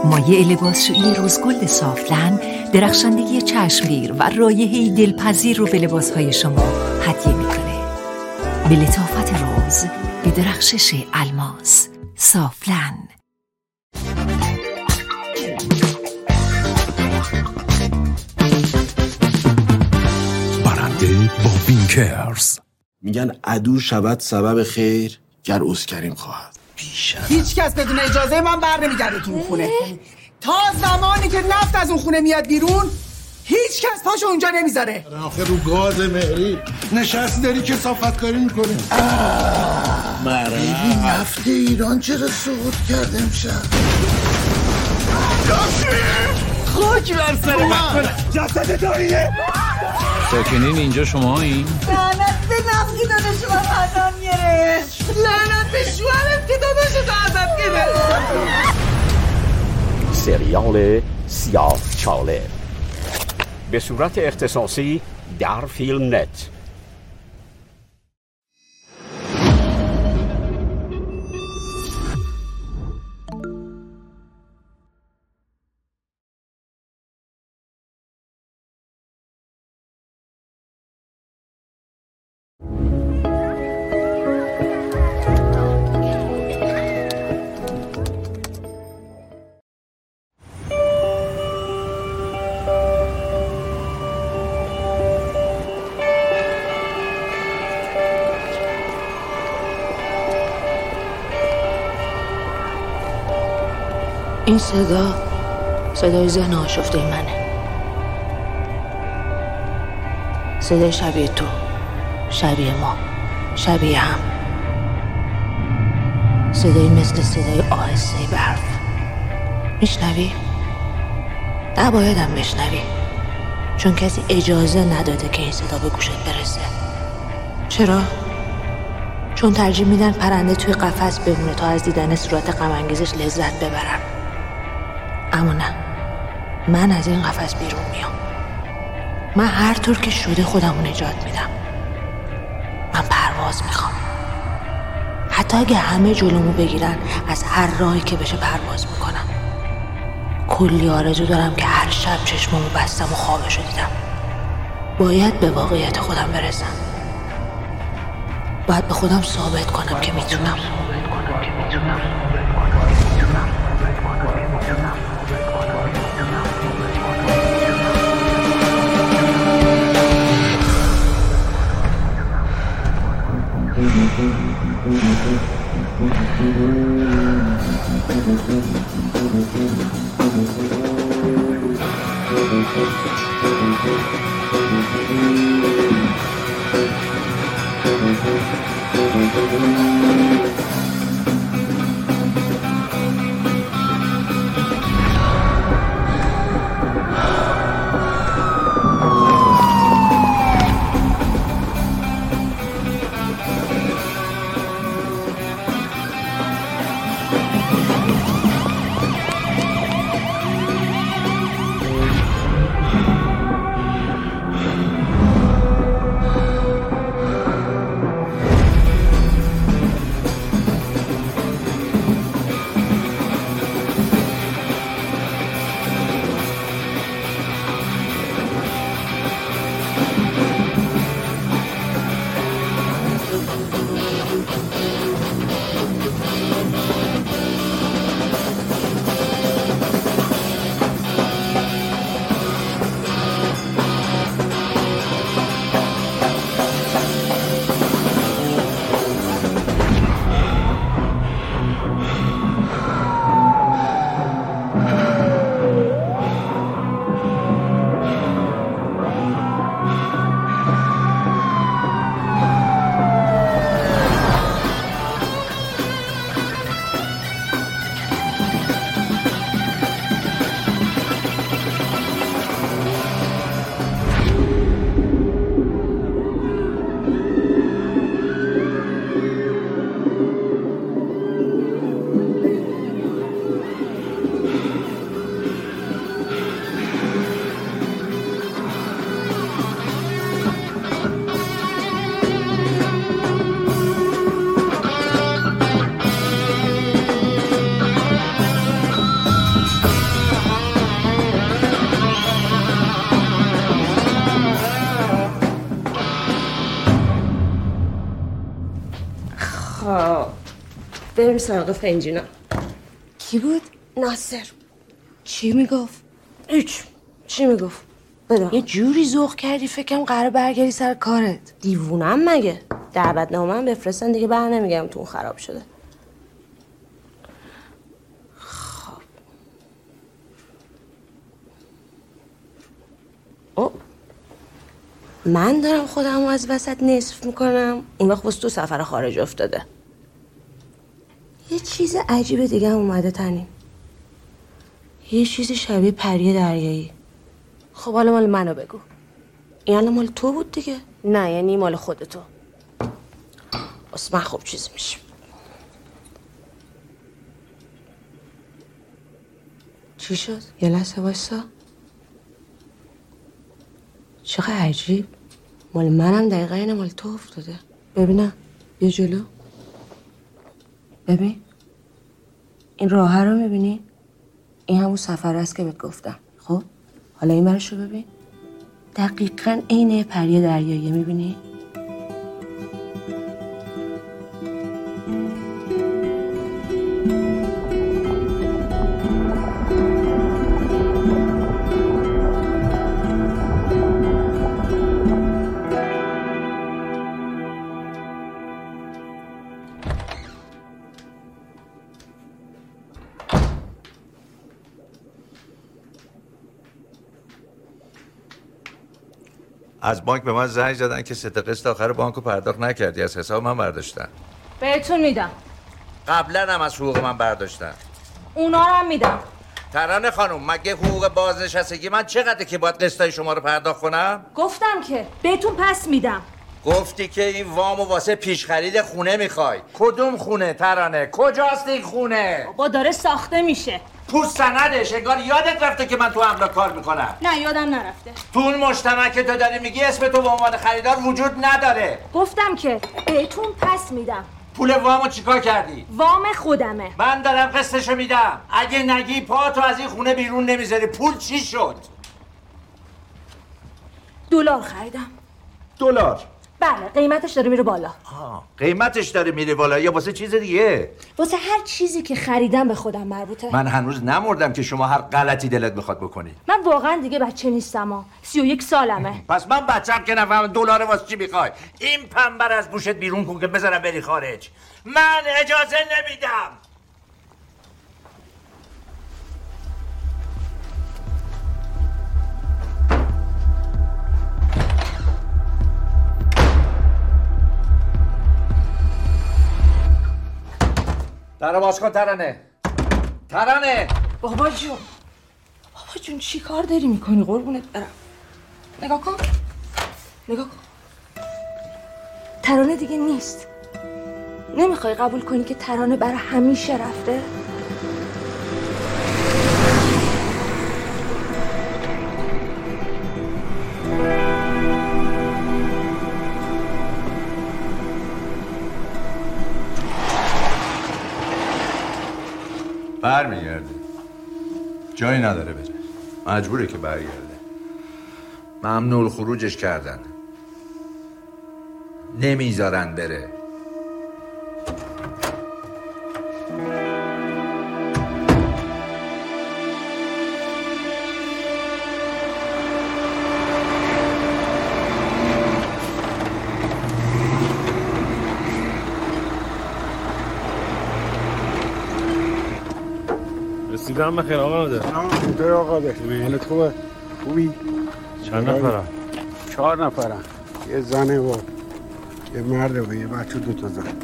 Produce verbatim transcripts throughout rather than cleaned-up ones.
مایع لباسشویی روزگل صافلند درخشندگی چشمگیر و رایحه‌ای دلپذیر رو به لباسهای شما هدیه میکنه. به لطافت روز، به درخشش الماس. صافلند. برنده با وینکرز. میگن عدو شود سبب خیر گر عسکریم خواهد. هیچ کس بدون اجازه من بر نمیگرده تو اون خونه. تا زمانی که نفت از اون خونه میاد بیرون هیچ کس پاشو اونجا نمیذاره. آخه رو گاز مهری نشستی داری که صافت کاری میکنه. ببین نفت ایران چرا سقوط کرده امشب. خاک بر سر من. جسد داریه ساکنین اینجا شما این؟ لعنت به نفتی داده شما پردان میره. لعنت به شوهرم که داده شده عذب گره. سریال سیاه چاله به صورت اختصاصی در فیلم نت. این صدا صدای ذهن آشفته منه. صدای شبیه تو، شبیه ما، شبیه هم. صدای مثل صدای آهسته برف. میشنوی؟ نبایدم بشنوی، چون کسی اجازه نداده که این صدا به گوشت برسه. چرا؟ چون ترجیح میدن پرنده توی قفس بمونه تا از دیدن صورت غم انگیزش لذت ببرن. اما نه، من از این قفس بیرون میام. من هر طور که شده خودمو نجات میدم. من پرواز میخوام. حتی اگه همه جلومو بگیرن از هر راهی که بشه پرواز میکنم. کلی آرزو دارم که هر شب چشممو بستم و خوابشو دیدم. باید به واقعیت خودم برسم. باید به خودم ثابت کنم که میتونم. بریم سراغ فنجینا. کی بود؟ ناصر. چی میگفت؟ هیچ. چی میگفت؟ بده. یه جوری ذوق کردی فکرم قراره برگردی سر کارت. دیوونم مگه؟ دعوتنامه‌ام بفرستن دیگه بر نمیگم تو خراب شده. خب. او من دارم خودمو از وسط نصف میکنم، اون وقت واسه تو سفر خارج افتاده. یه چیز عجیب دیگه هم اومده تنیم. یه چیز شبیه پری دریایی. خب حالا مال منو بگو. این الان مال تو بود دیگه؟ نه یعنی مال خودتو. واسه من خوب چیز میشه. چی شد؟ یه لحظه وایسا. چقدر عجیب. مال منم دقیقا اینه مال تو افتاده. ببینم بیا جلو. ببین این راه رو میبینی؟ این همون سفر است که بهت گفتم. خب حالا این برشو ببین. دقیقا عین پری دریایی میبینی؟ از بانک به من زنگ زدن که سه تا قسط آخر بانکو پرداخت نکردی، از حساب من برداشتن. بهتون میدم. قبلا هم از حقوق من برداشتن. اونا رو هم میدم. ترانه خانم مگه حقوق بازنشستگی من چقدره که باید قسطای شما رو پرداخت کنم؟ گفتم که بهتون پس میدم. گفتی که این وامو واسه پیش خرید خونه میخوای. کدوم خونه ترانه؟ کجاست این خونه؟ بابا داره ساخته میشه. پوست سندش انگار یادت رفته که من تو املاک کار میکنم. نه یادم نرفته. تو اون مجتمع که تو داری میگی اسم تو به عنوان خریدار وجود نداره. گفتم که بهتون پس میدم. پول وامو چیکار کردی؟ وام خودمه. من دارم قسطشو میدم. اگه نگی پا تو از این خونه بیرون نمیذاری. پول چی شد؟ دلار خریدم. دلار؟ بله قیمتش داره میره بالا. آه. قیمتش داره میره بالا یا واسه چیز دیگه؟ واسه هر چیزی که خریدم به خودم مربوطه. من هنوز نمردم که شما هر غلطی دلت بخواد بکنی. من واقعا دیگه بچه نیستم ها. سی و یک سالمه. پس من بچم که نفهم دلار واسه چی میخوای؟ این پنبر از گوشت بیرون کن که بذارم بری خارج. من اجازه نمیدم. درو باز کن ترانه. ترانه بابا جون بابا جون چی کار داری میکنی قربونت برم. نگاه کن نگاه کن. ترانه دیگه نیست. نمیخوای قبول کنی که ترانه برای همیشه رفته؟ برمیگرده. جایی نداره بره. مجبوره که برگرده. ممنوع خروجش کردن. نمیذارن بره. رسیدم بخیر آقا ناده. سلام اینطوری آقا بخیر. حالت خوبه؟ خوبی؟ چند نفرم؟ چهار نفرم. یه زنه و یه مرده و یه بچه دو تا زن.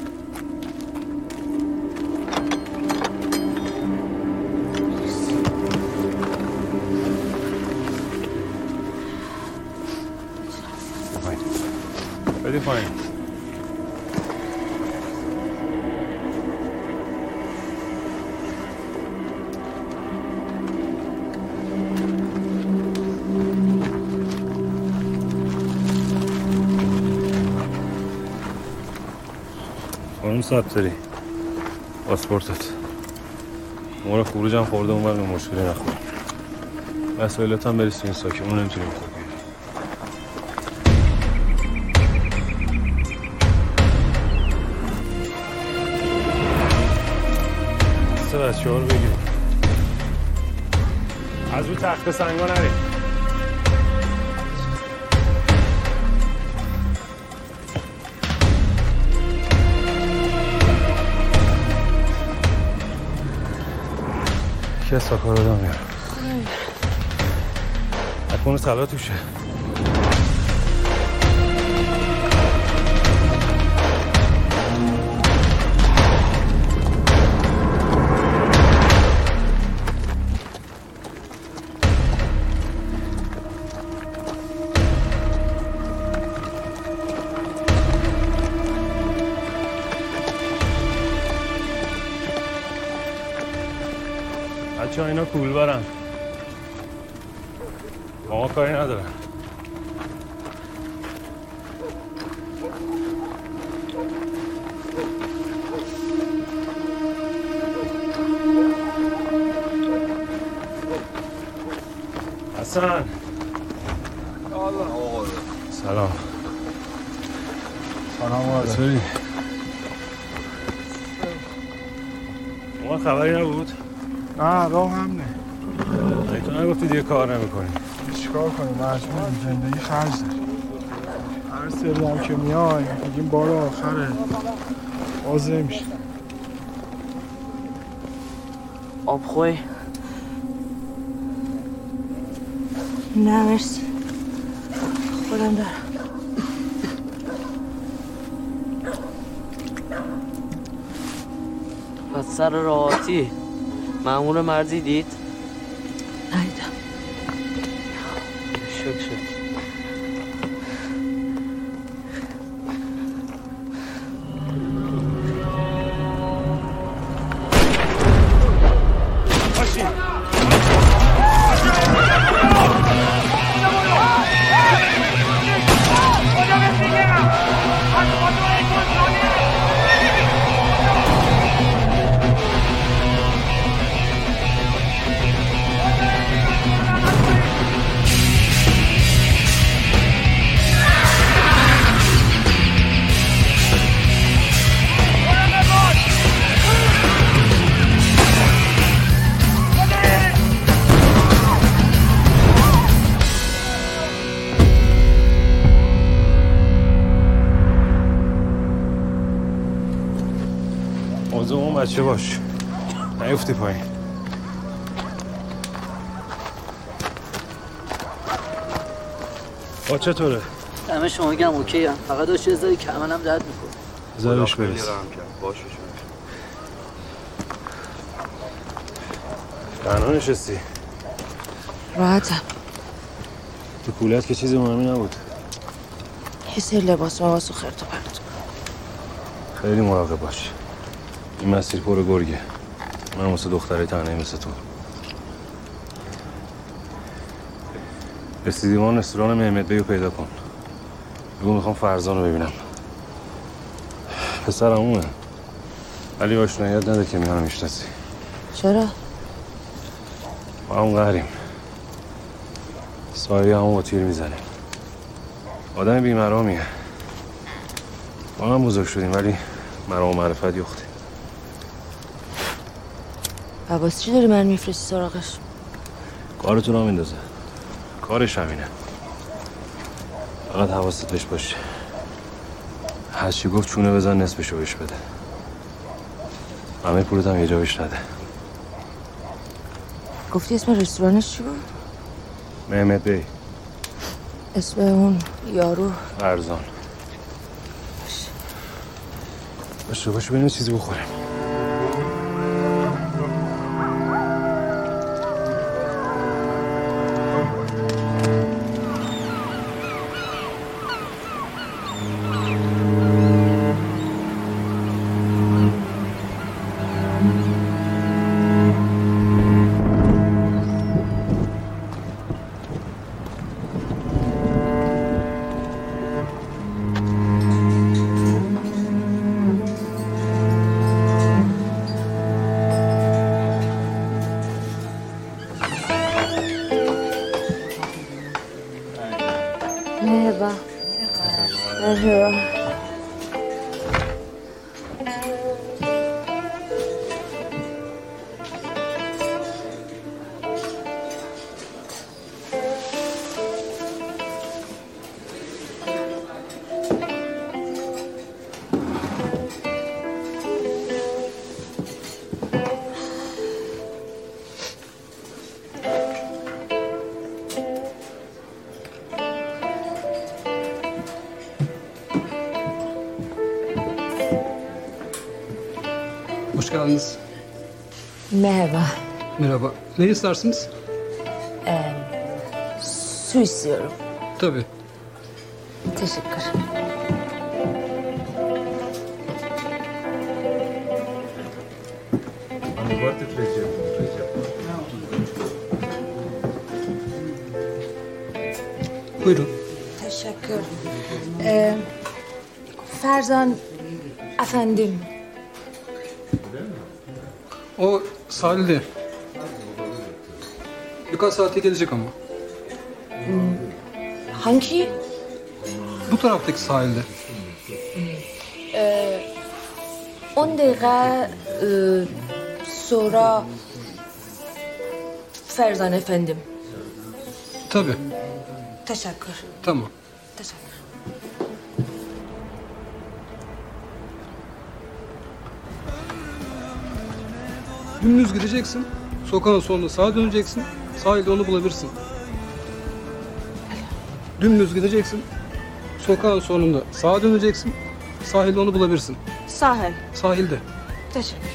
بدی پایین. خانم سبتری پاسپورتت موقع خروجم خورده اون وقت مشکلی نخورم. مسئولیت هم بریز تو این ساکه اون نمیتونیم خود بیاری. بچه ها رو بگیریم. از رو تخت سنگا نریم. که ساکا رو دام میارم. اکمون طلا توشه. بچه ها اینا کول برن. ما کاری ندارن. حسن سلام. سلام آقا. چطوری؟ ما خبری نبود؟ نه راه هم نه. ای تو نگفتی دیگه کار نمی‌کنی. چیکار کنیم؟ مجبوریم، زندگی خرج داریم. هر سری هم که میایم میگیم بار آخره. باز نمیشه. آب خوی؟ نه مرسی. خودم دارم. پس سر راحتی مأمور مرزی دید؟ ندیدم. شک شد. بچه باش نیفتی پایین. با چطوره؟ همه شما گم اوکی هم. فقط داشت یه ذاری کمنم درد میکنه. بذارش برس. تنها نشستی؟ راحتم. تو پولت که چیزی مهمی نبود. یه سری لباس مواس و خرد و پرت. خیلی مراقب باش. این مسیر پر گرگه. من واسه دختره تنهایی مثل تو. رسیدیمان رستوران مهمت بی رو پیدا کن. بگو میخوام فرزان رو ببینم. پسر عمومه. ولی آشناییت نده که میانو میشناسی. چرا؟ ما هم قهریم. سایه همون با تیر میزنه. آدم بیمرامیه. ما هم بزرگ شدیم ولی مرام و معرفت یخته. عباس چی داری من میفرستی سراغش؟ کارتون رو میندازه. کارش همینه. فقط حواست بهش باشه. هر چی گفت چونه بزن نصفشو بهش بده. همه پولت هم یه جا بهش نده. گفتی اسم رستورانش چی بود؟ مهمت بی. اسم اون یارو فرزان. باشه باشه ببینیم چیزی بخوریم. مرحبا. مرحبا. hoş geldiniz. Merhaba. Merhaba. Ne istersiniz? Ee, su istiyorum. Tabii. Teşekkür. Buyurun. Teşekkür. Ee, Ferzan efendim. O sahilde. Birkaç saate gelecek ama. Hmm, hangi? Bu taraftaki sahilde. Ee, on dakika e, sonra Ferzan efendim. Tabii. Teşekkür. Tamam. Teşekkür. Dümdüz gideceksin. Sokağın sonunda sağa döneceksin. Sahilde onu bulabilirsin. Dümdüz gideceksin. Sokağın sonunda sağa döneceksin. Sahilde onu bulabilirsin. Sahil. Sahilde. Teşekkür.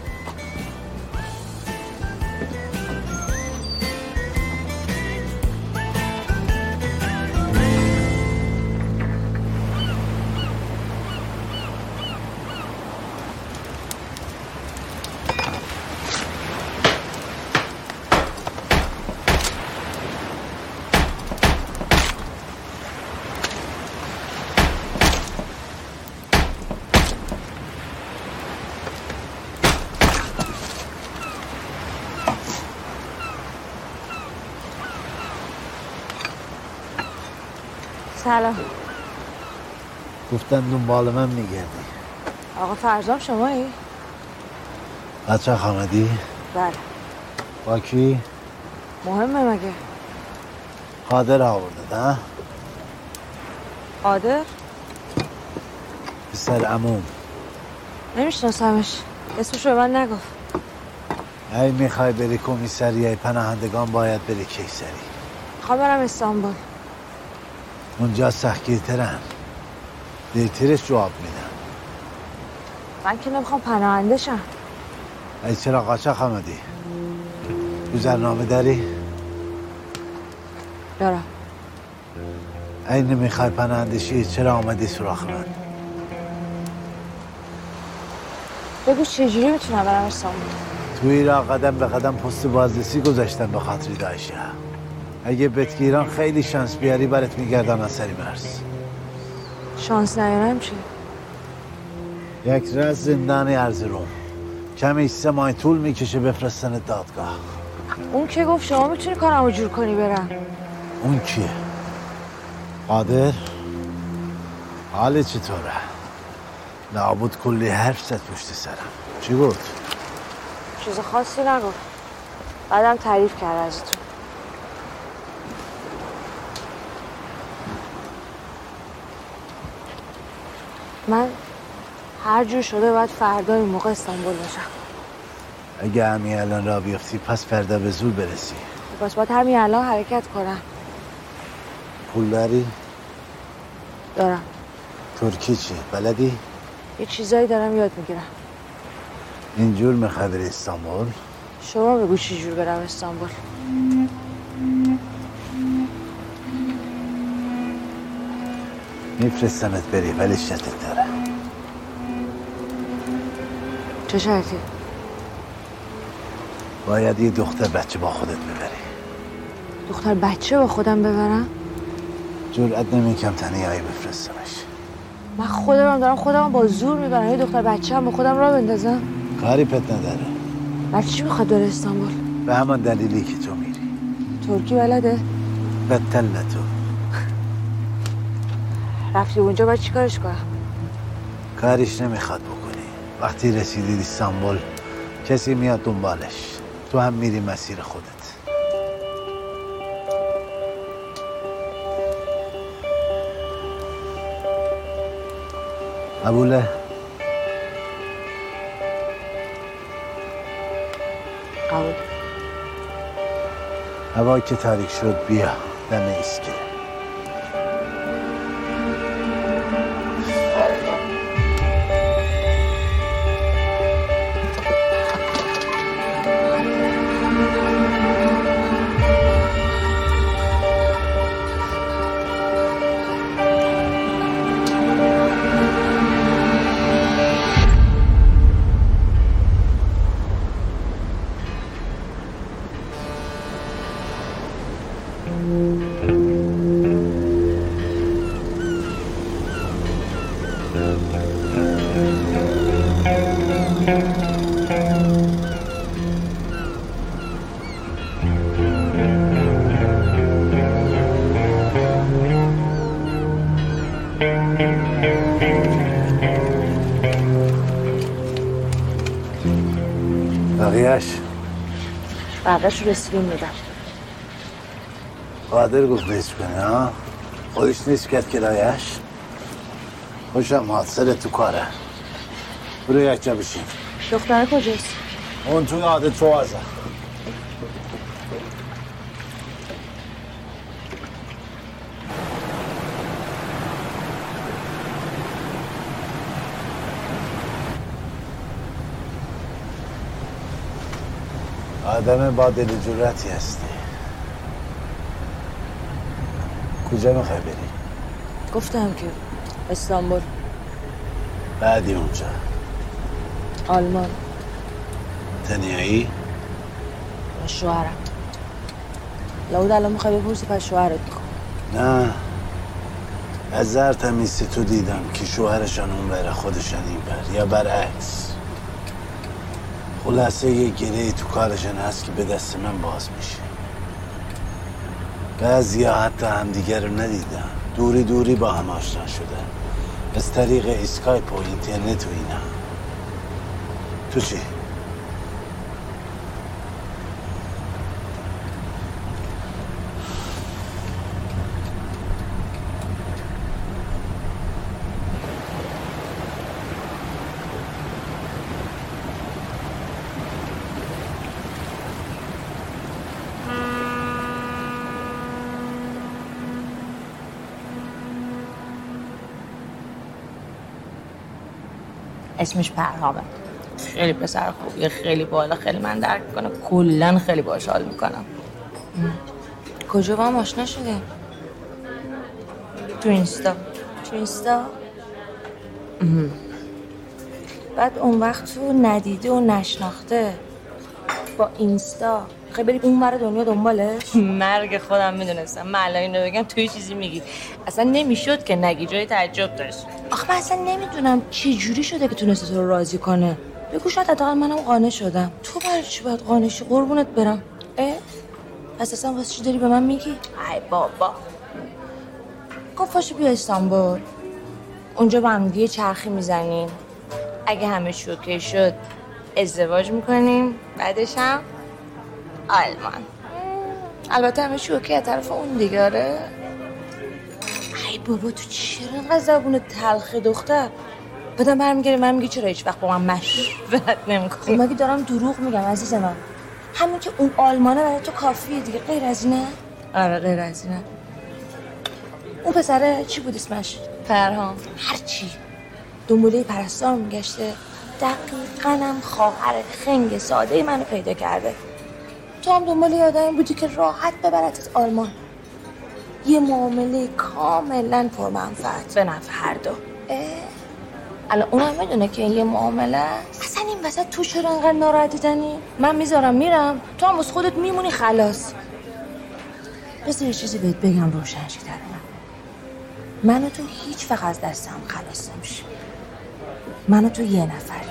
سلام. گفتن دنبال من میگردی. آقا فرزام شمایی؟ بچه آمدی؟ بله. با کی؟ مهمه مگه؟ قادر آورده نه؟ قادر؟ پسر عموم. نمیشناسمش. اسمشو به من نگفت. ای میخوای بری کمیسریای پناهندگان باید بری کیسری. میخوام برم استانبول. اونجا سختگیرترن. دیرترش جواب میدن. من که نمیخوام پناهنده شم. ای چرا قاچاق آمدی؟ گذرنامه داری؟ دارم. ای نمیخوای پناهنده شی چرا آمدی سراغ من؟ بگو چجوری میتونم برم استانبول؟ تو ایران قدم به قدم پست بازرسی گذاشتن به خاطر داعشه. اگه بهت ایران خیلی شانس بیاری برات میگردن از سری مرز. شانس نیارم چی؟ یک راز زندان ارزروم. کمی سه ماه طول میکشه بفرستن دادگاه. اون که گفت شما میتونی کارمو جور کنی برم. اون کیه؟ قادر؟ حال چطوره؟ لابد کلی حرف زد پشت سرم. چی گفت؟ چیز خاصی نگفت. بعدم تعریف کرد ازتون. من هر جور شده باید فردا این موقع استانبول باشم. اگه همین الان را بیفتی پس فردا به زور برسی. پس باید همین الان حرکت کنم. پول داری؟ دارم. ترکی چی؟ بلدی؟ یه چیزایی دارم یاد میگیرم. اینجور میخوای بری استانبول؟ شما بگو چی جور برم استانبول. میفرستمت بری ولی شرطت داره. چه شرطی؟ باید یه دختر بچه با خودت ببری. دختر بچه با خودم ببرم؟ جرئت نمیکنم تنهایی بفرستمش. من خودم دارم خودم با زور میبرم یه دختر بچه هم با خودم راه بندازم. کاری پت نداره. برای چی میخواد بره استانبول؟ به همان دلیلی که تو میری. ترکی بلده؟ بدتلتو. رفتی اونجا باید چی کارش کنم؟ کاریش نمیخواد بکنی. وقتی رسیدی استانبول کسی میاد دنبالش. تو هم میری مسیر خودت. قبوله؟ قبول. هوا که تاریک شد بیا دم ایسکه. بقیهش بقیهش رو رسیدیم میدم. قادر گفت بیش کنه ها؟ خودش نیست کرد کرایش؟ خوشم حاصل تو کاره. برو یک جا بشین. دختره کجاست؟ اون تو عادت تو ازه. آدم با دل جرأتی هستی. کجا میخوای بری؟ گفتم که استانبول. بعدی اونجا؟ آلمان. تنیایی؟ با شوهرم. لابد الان میخوای بپرسی پس شوهرت میخوام. نه از زر تمیزی تو دیدم که شوهرشان اون بره خودشان این بر یا برعکس. خلاصه یه گره تو کارشان هست که به دست من باز میشه. بعضی ها حتی همدیگر رو ندیدن، دوری دوری با هم آشنا شده از طریق اسکایپ و اینترنت و اینا. تو چی؟ اسمش پرهامه. خیلی پسر خوبیه، خیلی بالا، خیلی من درک میکنه، کلن خیلی باهاش حال میکنم. کجا با هم آشنا شدیم؟ تو اینستا. تو اینستا؟ بعد اون وقت تو ندیده و نشناخته با اینستا خیلی بریم اون ور دنیا دنبالش. مرگ خودم میدونستم. من الان اینو بگم توی چیزی میگی. اصلا نمیشد که نگی، جای تعجب داشت. آخه من اصلا نمیدونم چی جوری شده که تونسته تو رو راضی کنه. بگو شاید حداقل منم قانع شدم. تو برای چی باید قانع شی؟ قربونت برم. اه؟ پس اصلا واسه چی داری به من میگی؟ ای بابا. گفت پاشو بیا استانبول. اونجا با هم دیگه چرخی میزنیم. اگه همه شوکه شد ازدواج میکنیم، بعدش هم آلمان. البته همه شوکه از طرف اون دیگه. آره ای بابا تو چرا اینقدر زبون تلخه دختر؟ بعدم برمیگردی من میگی چرا هیچ وقت با من مشورت نمیکنی؟ خب مگه دارم دروغ میگم عزیز من؟ همین که اون آلمانه برای تو کافیه دیگه، غیر از اینه؟ آره غیر از اینه. اون پسره چی بود اسمش؟ پرهام. هرچی دنباله پرستار میگشته، دقیقاً هم خواهر خنگ ساده منو پیدا کرده. تو هم دنبال یه آدمی بودی که راحت ببرتت آلمان. یه معامله کاملا پرمنفعت به نفع هر دو. الان اونم میدونه که این یه معامله است. اصلا این وسط تو چرا انقدر ناراحتی تنی؟ من میذارم میرم، تو هم واسه خودت میمونی خلاص. بذار یه چیزی بهت بگم روشنشی تر من. من و تو هیچ وقت از دست هم خلاص نمیشیم. من و تو یه نفریم.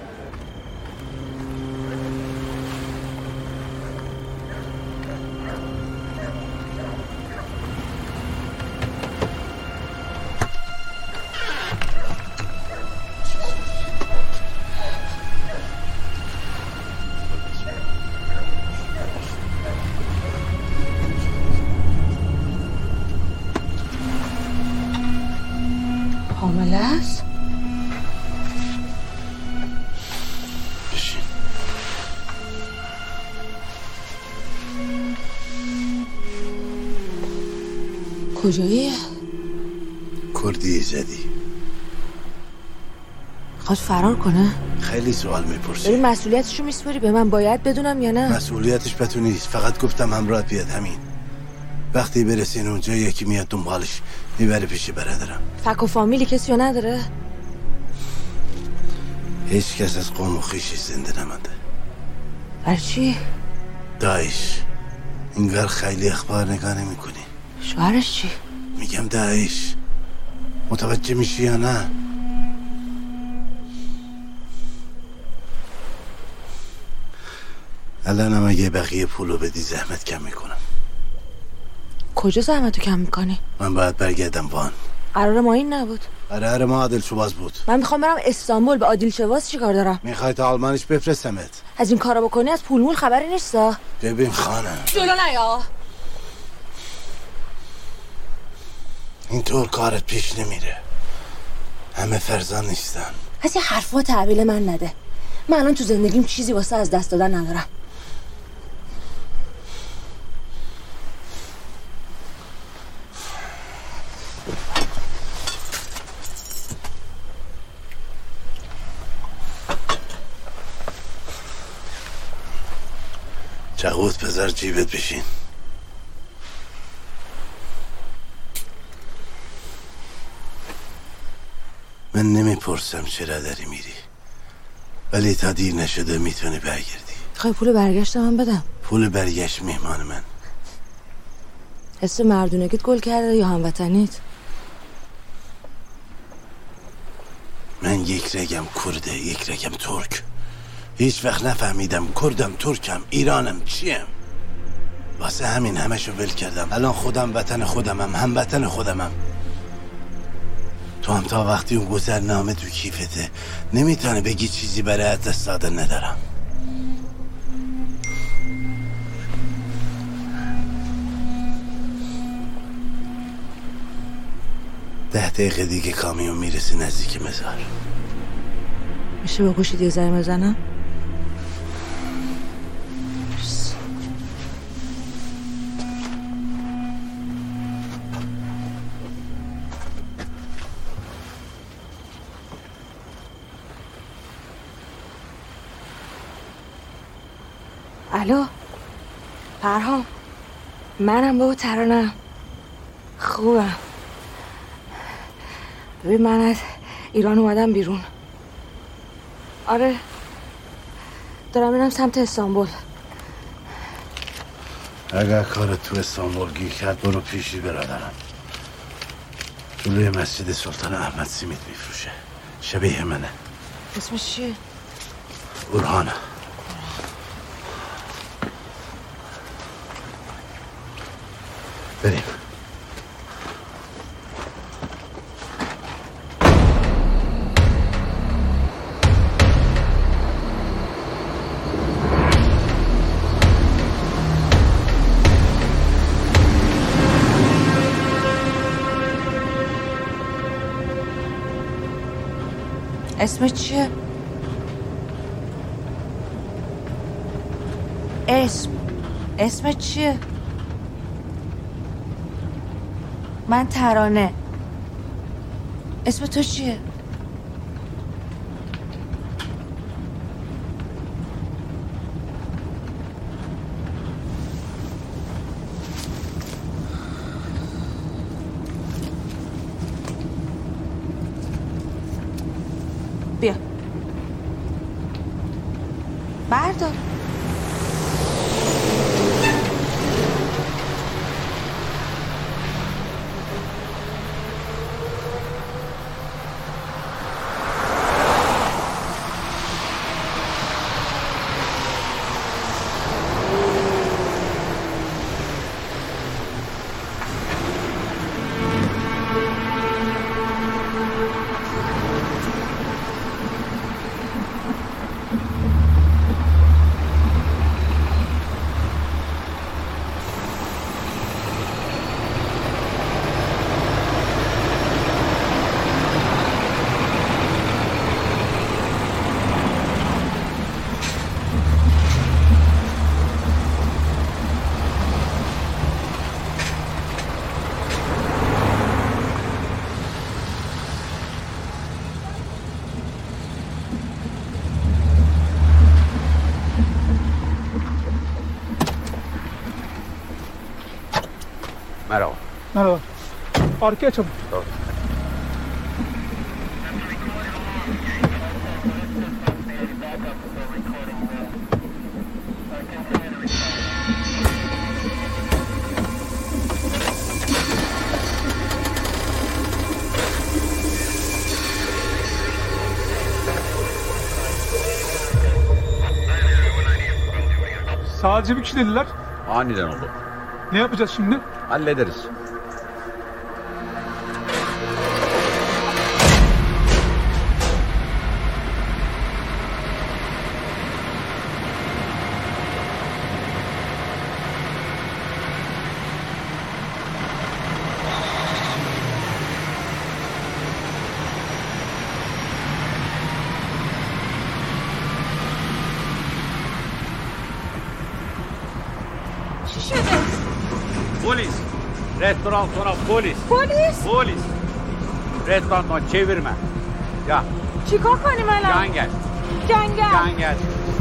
حامله است؟ بشین. کجاییه؟ کردی زدی. خواهد فرار کنه؟ خیلی سوال میپرسی. داری مسئولیتشو میسپاری به من، باید بدونم یا نه؟ مسئولیتش به تو نیست، فقط گفتم همراهت بیاد، همین. وقتی برسین اونجا یکی میاد دنبالش میبره پیش برادرم. فک و فامیلی کسی رو نداره؟ هیچ کس از قوم و خویشی زنده نمانده. برای چی؟ داعش اینور خیلی اخبار نگاه نمی کنی. شوهرش چی؟ میگم داعش. متوجه میشی یا نه؟ الانم اگه بقیه پولو بدی زحمت کم میکنم. کجا زحمتو کم میکنی؟ من باید برگردم وان. قرار ما این نبود. قرار ما عادل شواز بود. من میخوام برم استانبول. به عادل شواز چیکار دارم؟ میخوای تا آلمانش بفرستمت؟ از این کارا بکنی از پول مول خبری نیستا. ببین خانم جلو نیا. اینطور کارت پیش نمیره. همه فرزان نیستن. از یه حرفا تحویل من نده. من الان تو زندگیم چیزی واسه از دست دادن ندارم. جهود بذار جیبت بشین. من نمیپرسم چرا داری میری، ولی تا دیر نشده میتونی برگردی. خواهی پول برگشت من بدم؟ پول برگشت میهمان من. حس مردونگیت گل کرده یا هموطنیت؟ من یک رگم کرده، یک رگم ترک. هیچ وقت نفهمیدم کردم، ترکم، ایرانم چیم. واسه همین همشو ول کردم. الان خودم وطن خودمم، هم وطن خودمم. تو هم تا وقتی اون گذرنامه تو کیفته نمیتونه بگی چیزی برای از دست دادن ندارم. ده دقیقه دیگه کامیون میرسه نزدیک مزار. میشه با گوشید یه زنگ بزنم؟ الو پرهام، منم بابا ترانم. خوبم. ببین من از ایران اومدم بیرون. آره دارم میرم سمت استانبول. اگر کارت تو استانبول گیر کرد برو پیشی برادرم. جلوی مسجد سلطان احمد سیمید میفروشه. شبیه منه. اسمش چیه؟ برهانه. بریم. اسمت چیه؟ اسم اسمت چیه؟ من ترانه. اسم تو چیه؟ بیا بردار. Merhaba. Merhaba. Arkaya açalım. Tamam. Sadece bir kişi dediler. Aniden oldu. Ne yapacağız şimdi? Hallederiz. Polis. Restoran sonra polis. Polis. Polis. Restorandan çevirme. Ya. چیکار کنیم الان؟ جنگل. جنگل. جنگل.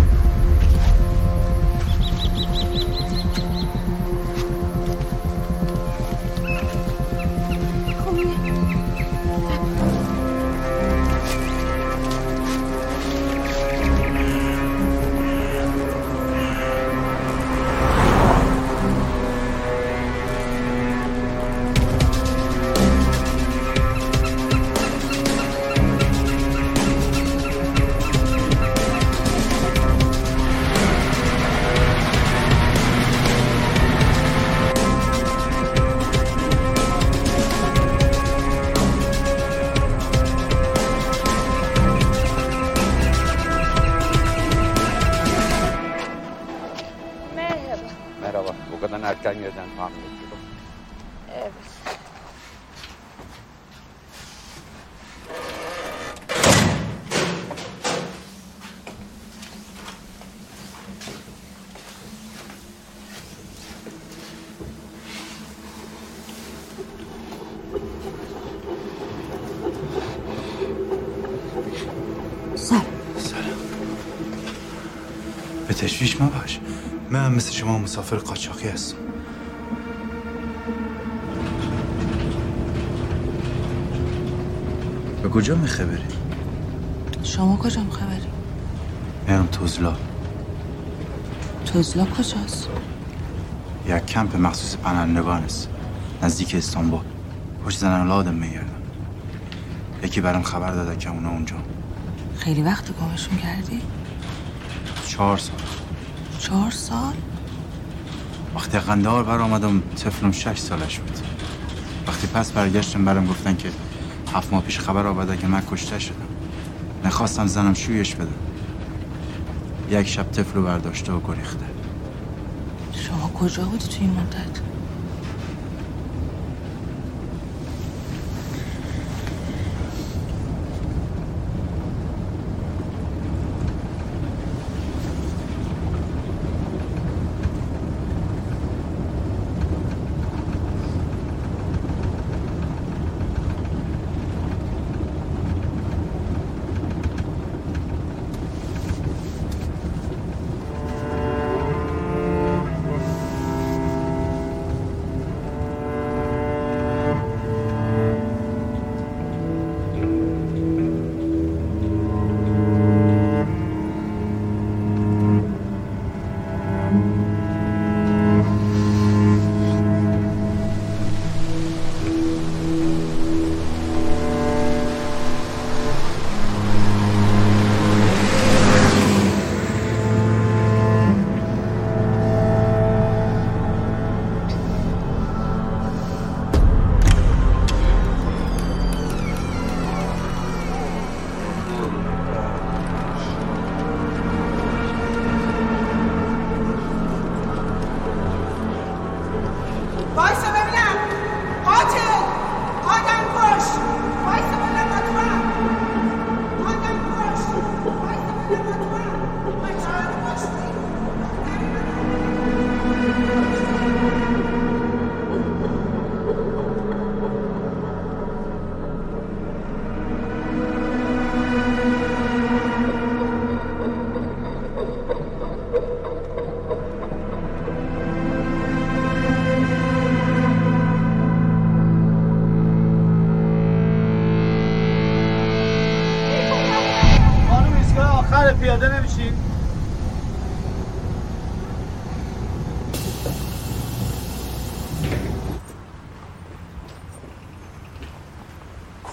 Merhaba. Bu kadar erken yerden tahmin ettim. Evet. سلام. سلام. به تشویش مباش. من هم مثل شما مسافر قاچاقی هستم. به کجا میخبری؟ شما کجا میخبری؟ میرم توزلا. توزلا کجاست؟ یک کمپ مخصوص پناهندگان است. نزدیک استانبول. پشت زنن لادم میگردم. یکی برام خبر داده که اونا اونجا. خیلی وقت گمشون کردی؟ چهار سال. چهار سال؟ وقتی قندهار بر آمدم طفلم شش سالش بود. وقتی پس برگشتم برام گفتن که هفت ماه پیش خبر آورده که من کشته شدم. نخواستم زنم شویش بدم. یک شب طفلو برداشته و گریخته. شما کجا بودی توی این مدت؟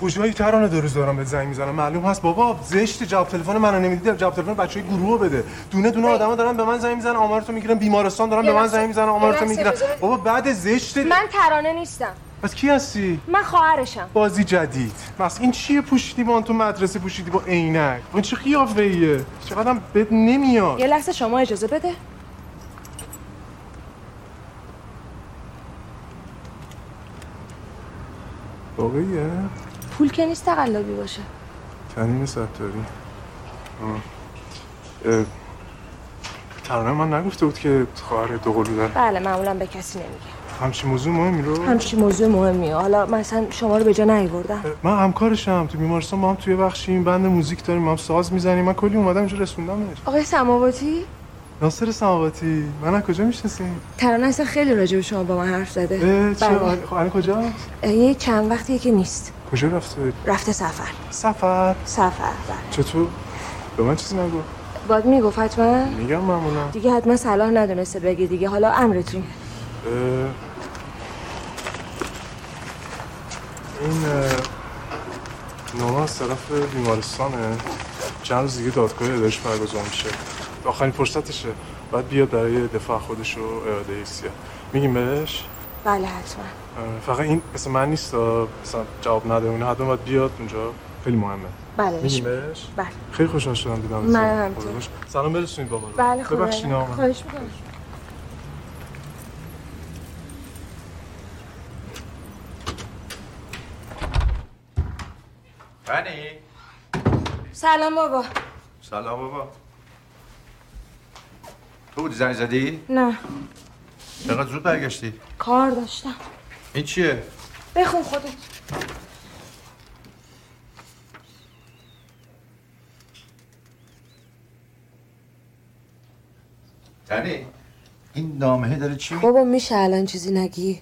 کجایی ترانه دو روز دارم بهت زنگ میزنم معلوم هست بابا زشت جواب تلفن منو نمیدید جواب تلفن بچهای گروه بده دونه دونه آدما دارن به من زنگ میزنن آمارتو میگیرن بیمارستان دارن به من زنگ میزنن آمارتو میگیرن بابا بعد زشت من ترانه نیستم پس کی هستی من خواهرشم بازی جدید مثلا این چیه پوشیدی با تو مدرسه پوشیدی با عینک این چه قیافه‌ایه چقدرم بد نمیاد یه لحظه شما اجازه بده واقعیه پول که نیست تقلبی باشه تنین ستاری ترانه من نگفته بود که خواهر دوقلو داره بله معمولا به کسی نمیگه همچین موضوع مهمی رو همچین موضوع مهمیه حالا مثلا شما رو به جا نیاوردم من همکارشم تو بیمارستان با هم توی بخشیم بند موزیک داریم ما هم ساز میزنیم من کلی اومدم اینجا رسوندمش آقای سماواتی ناصر سماواتی من از کجا میشناسین ترانه اصلا خیلی راجع به شما با من حرف زده چه خب الان کجاست یه چند وقتیه که نیست کجا رفته رفته سفر سفر سفر چطور به من چیزی نگو باید میگفت حتما میگم معمولا دیگه حتما صلاح ندونسته بگی دیگه حالا امرتون این نامه از طرف بیمارستانه چند روز دیگه دادگاه ادارش برگزار میشه آخرین فرصتشه باید بیاد برای دفاع خودش رو اعاده ایستیه میگیم بهش؟ بله حتما فقط این مثل من نیست مثلا جواب نده اونه حتما باید بیاد اونجا خیلی مهمه بله میگیم بهش؟ بله خیلی خوشحال شدم دیدم من همینطور سلام برسونید بابا رو بله خدا ببخشید نامه خواهش میکنم فنی سلام بابا سلام بابا تو بودی زنگ زدی؟ نه چقدر زود برگشتی؟ کار داشتم این چیه؟ بخون خودت تنی این نامه داره چی؟ بابا میشه الان چیزی نگی؟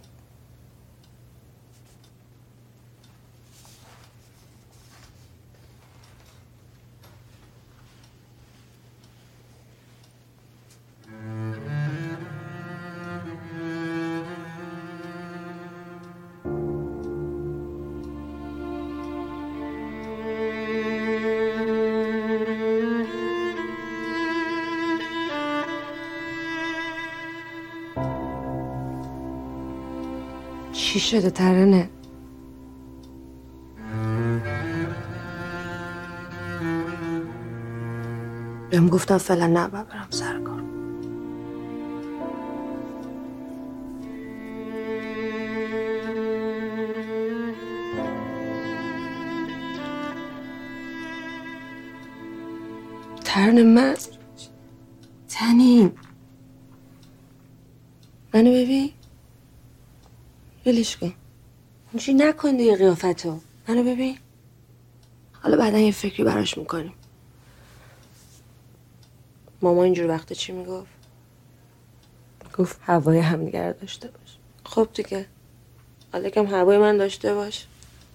چی شده ترانه؟ بهم گفتم فعلا نه برم سر کار ترانه من تنی منو ببین ولش کن اینجوری نکن دیگه قیافتو منو ببین حالا بعدا یه فکری براش میکنیم ماما اینجور وقتا چی میگفت؟ گفت هوای همدیگه رو داشته باش خب دیگه حالا کم هوای من داشته باش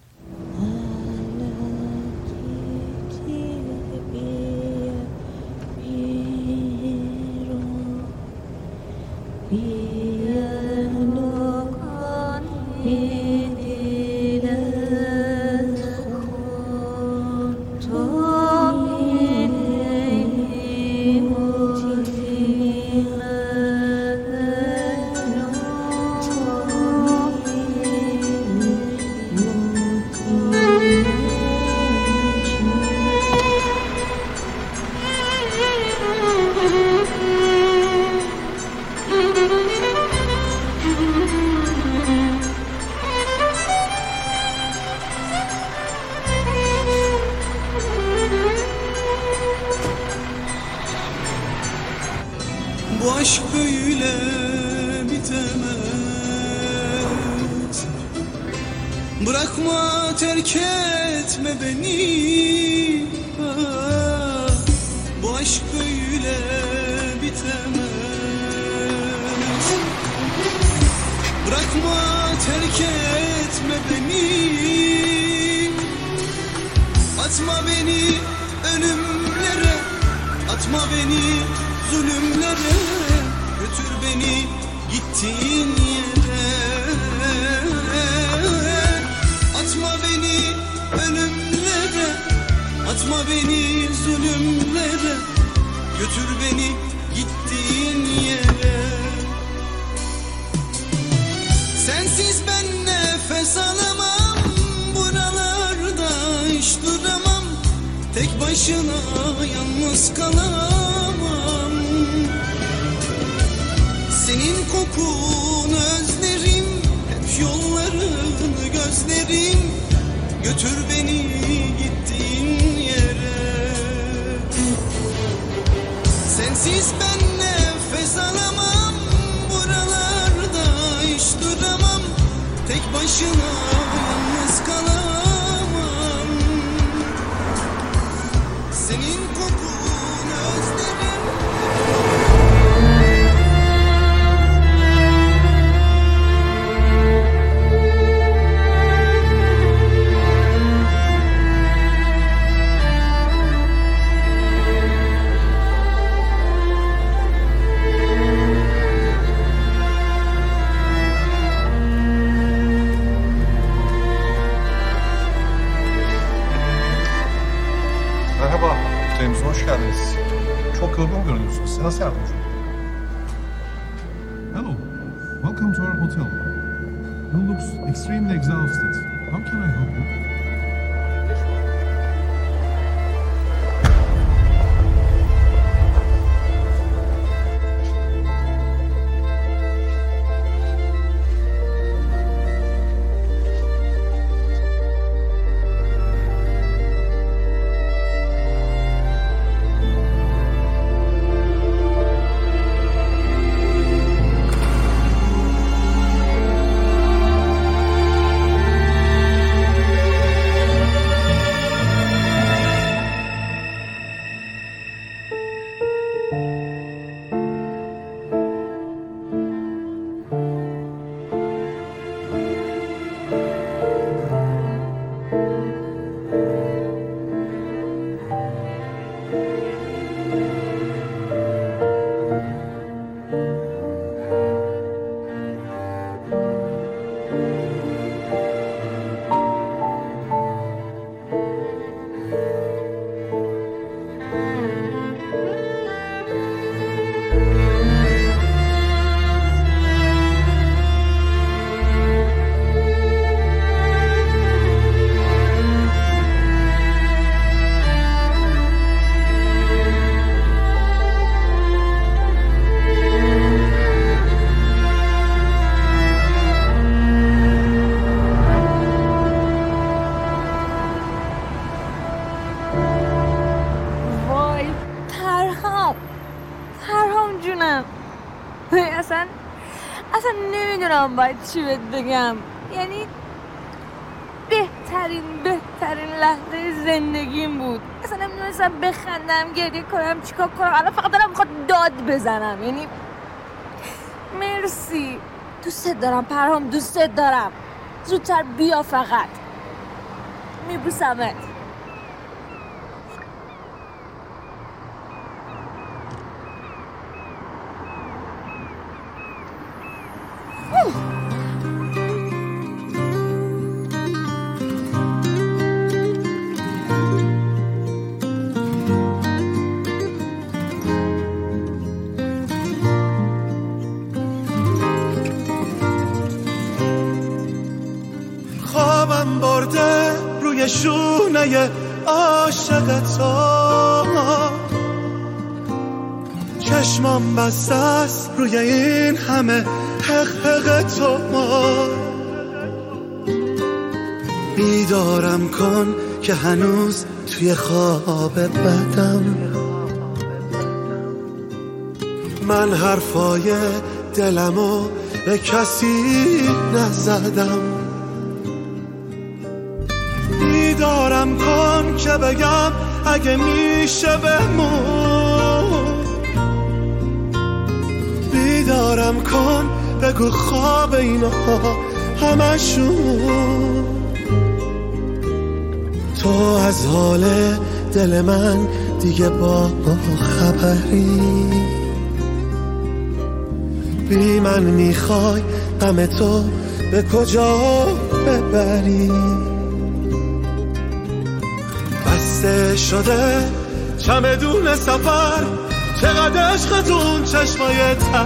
Bırakma terk etme beni Bu aşk böyle bitemez Bırakma terk etme beni Atma beni ölümlere Atma beni zulümlere Götür beni gittiğin yere Atma beni götür beni gittiğin yere. Sensiz ben nefes alamam, buralarda hiç duramam, tek başına yalnız kalamam. Senin kokunu özlerim, hep yollarını gözlerim, götür beni gittiğin yere. Sensiz ben nefes alamam, buralarda hiç duramam, tek başına yalnız kalamam. Senin kokunu özlerim. Merhaba, James, hoş geldiniz. Çok yorgun görünüyorsunuz. Size nasıl yardımcı olayım? Hello, welcome to our hotel. You look extremely exhausted. How can I help you? باید چی بهت بگم، یعنی بهترین بهترین لحظه زندگیم بود. اصلا نمیدونستم بخندم، گریه کنم، چیکار کنم. الان فقط دارم میخواد داد بزنم. یعنی مرسی، دوست دارم پرهام، دوست دارم. زودتر بیا، فقط میبوسمت. خوابم برده روی شونه عاشق تو، چشمام بسته است روی این همه حق حق تو. بیدارم کن که هنوز توی خواب بدم، من حرفای دلمو به کسی نزدم. بیدارم کن که بگم اگه میشه بمون، بیدارم کن بگو خواب اینها همشون. تو از حال دل من دیگه با خبری، بی من میخوای غم تو به کجا ببری. بسته شده چمدون سفر چقدر عشق تو اون چشمای تر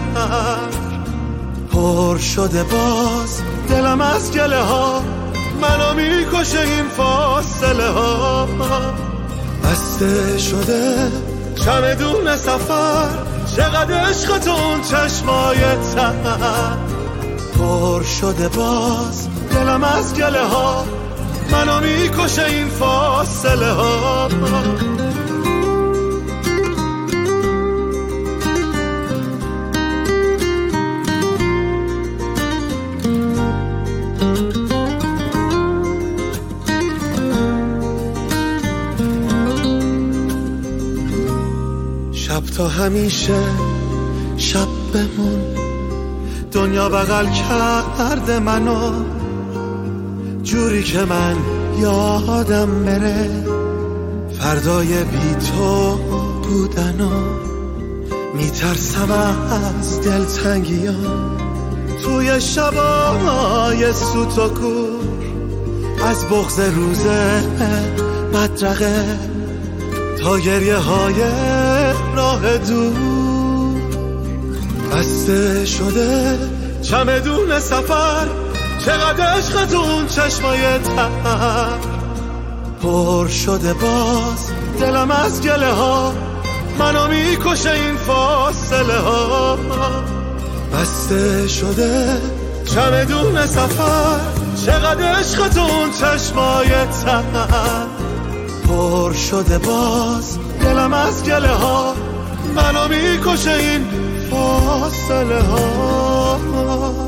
پر شده باز دلم از گله ها منو میکشه این فاصله ها بسته شده چمدون سفر چقدر عشق تو اون چشمای تر پر شده باز دلم از گله ها منو میکشه این فاصله ها شب تا همیشه شب بمون دنیا بغل کرده منو جوری که من یادم بره فردای بی تو بودنو میترسم از دلتنگیام توی شبای سوت و کور از بغض روز بدرقه تا گریه های راه دور بسته شده چمدون سفر چقدر عشق تو اون چشمای تر پر شده باز دلم از گله ها منو میکشه این فاصله ها بسته شده چمدون سفر چقدر عشق تو اون چشمای تر پر شده باز دلم از گله ها منو میکشه این فاصله ها